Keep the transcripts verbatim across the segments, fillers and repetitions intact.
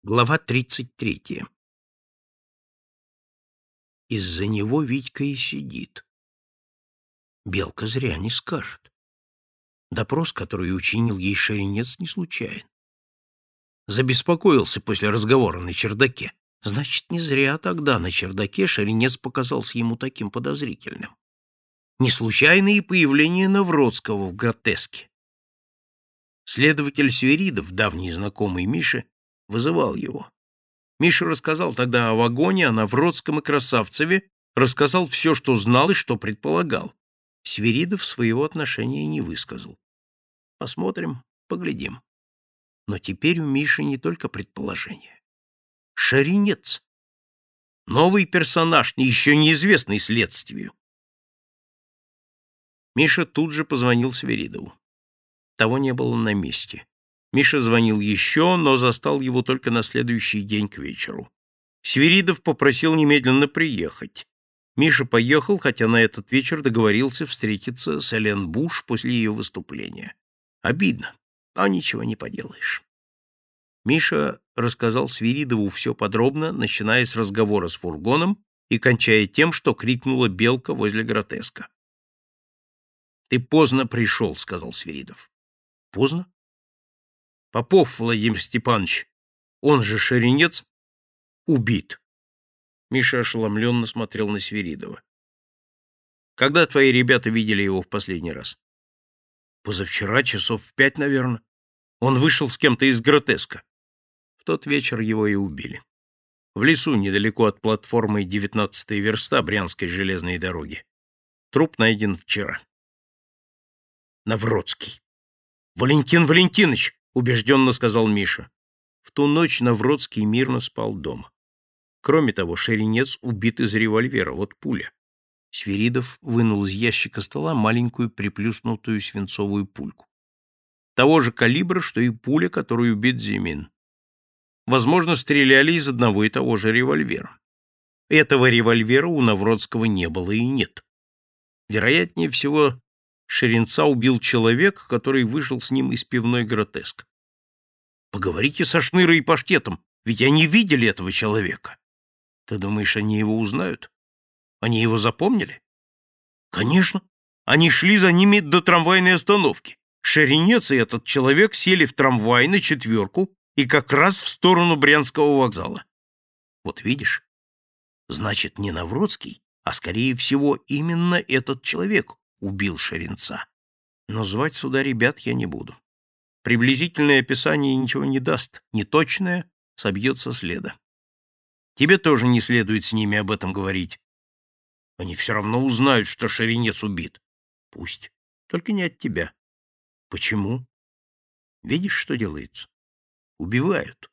Глава тридцать третья. Из-за него Витька и сидит. Белка зря не скажет. Допрос, который учинил ей Шеренец, не случайен. Забеспокоился после разговора на чердаке. Значит, не зря тогда на чердаке Шеренец показался ему таким подозрительным. Не случайно и появление Навродского в гротеске. Следователь Свиридов, давний знакомый Миши, вызывал его. Миша рассказал тогда о вагоне, о Навродском и Красавцеве, рассказал все, что знал и что предполагал. Свиридов своего отношения не высказал. Посмотрим, поглядим. Но теперь у Миши не только предположение. Шеренец. Новый персонаж, еще неизвестный следствию. Миша тут же позвонил Свиридову. Того не было на месте. Миша звонил еще, но застал его только на следующий день к вечеру. Свиридов попросил немедленно приехать. Миша поехал, хотя на этот вечер договорился встретиться с Элен Буш после ее выступления. Обидно, но ничего не поделаешь. Миша рассказал Свиридову все подробно, начиная с разговора с фургоном и кончая тем, что крикнула Белка возле гротеска. — Ты поздно пришел, — сказал Свиридов. — Поздно? Попов Владимир Степанович, он же Шеренец, убит. Миша ошеломленно смотрел на Свиридова. Когда твои ребята видели его в последний раз? Позавчера, часов в пять, наверное. Он вышел с кем-то из гротеска. В тот вечер его и убили. В лесу, недалеко от платформы девятнадцатая верста Брянской железной дороги. Труп найден вчера. Навродский. Валентин Валентинович! — убежденно сказал Миша. В ту ночь Навродский мирно спал дома. Кроме того, Шеренец убит из револьвера, вот пуля. Свиридов вынул из ящика стола маленькую приплюснутую свинцовую пульку. Того же калибра, что и пуля, которую убит Зимин. Возможно, стреляли из одного и того же револьвера. Этого револьвера у Навродского не было и нет. Вероятнее всего, Шеренца убил человек, который вышел с ним из пивной гротеск. Поговорите со Шнырой и Паштетом, ведь они видели этого человека. Ты думаешь, они его узнают? Они его запомнили? Конечно. Они шли за ними до трамвайной остановки. Шеренец и этот человек сели в трамвай на четверку и как раз в сторону Брянского вокзала. Вот видишь? Значит, не Навродский, а, скорее всего, именно этот человек убил Шеренца. Но звать сюда ребят я не буду. Приблизительное описание ничего не даст, неточное собьется следа. Тебе тоже не следует с ними об этом говорить. Они все равно узнают, что Шеренец убит. Пусть. Только не от тебя. Почему? Видишь, что делается? Убивают.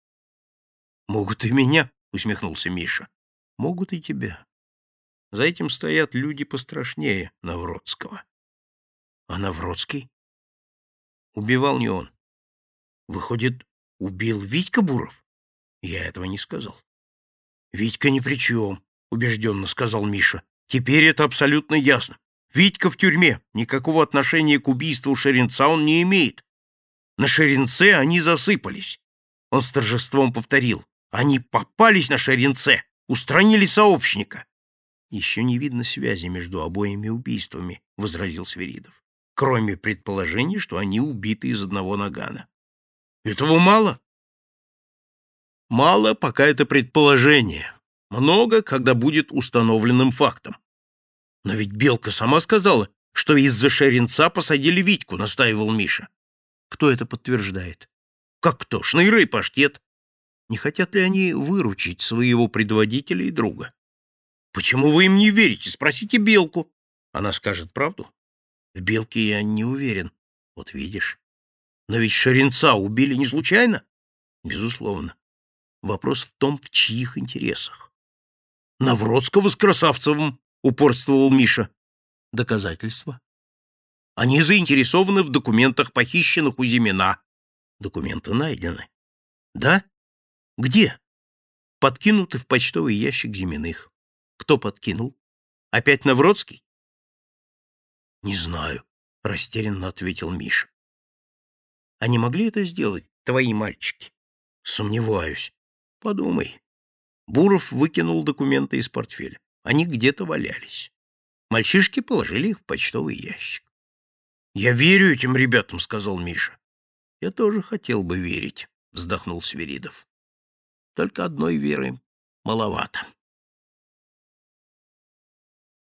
Могут и меня, усмехнулся Миша. Могут и тебя. За этим стоят люди пострашнее Навродского. А Навродский? Убивал не он. Выходит, убил Витька Буров? Я этого не сказал. Витька ни при чем, убежденно сказал Миша. Теперь это абсолютно ясно. Витька в тюрьме, никакого отношения к убийству Шеренца он не имеет. На Шеренце они засыпались. Он с торжеством повторил. Они попались на Шеренце, устранили сообщника. Еще не видно связи между обоими убийствами, возразил Свиридов, кроме предположений, что они убиты из одного нагана. Этого мало? Мало, пока это предположение. Много, когда будет установленным фактом. Но ведь Белка сама сказала, что из-за Шеренца посадили Витьку, настаивал Миша. Кто это подтверждает? Как кто? Шныры и Паштет. Не хотят ли они выручить своего предводителя и друга? Почему вы им не верите? Спросите Белку. Она скажет правду? В Белке я не уверен. Вот видишь. Но ведь Шеренца убили не случайно? Безусловно. Вопрос в том, в чьих интересах. Навродского с Красавцевым, упорствовал Миша. Доказательства? Они заинтересованы в документах, похищенных у Зимина. Документы найдены. Да? Где? Подкинуты в почтовый ящик Зиминых. Кто подкинул? Опять Навродский? Не знаю, растерянно ответил Миша. А не могли это сделать твои мальчики? Сомневаюсь. Подумай. Буров выкинул документы из портфеля. Они где-то валялись. Мальчишки положили их в почтовый ящик. «Я верю этим ребятам», — сказал Миша. «Я тоже хотел бы верить», — вздохнул Свиридов. «Только одной веры маловато».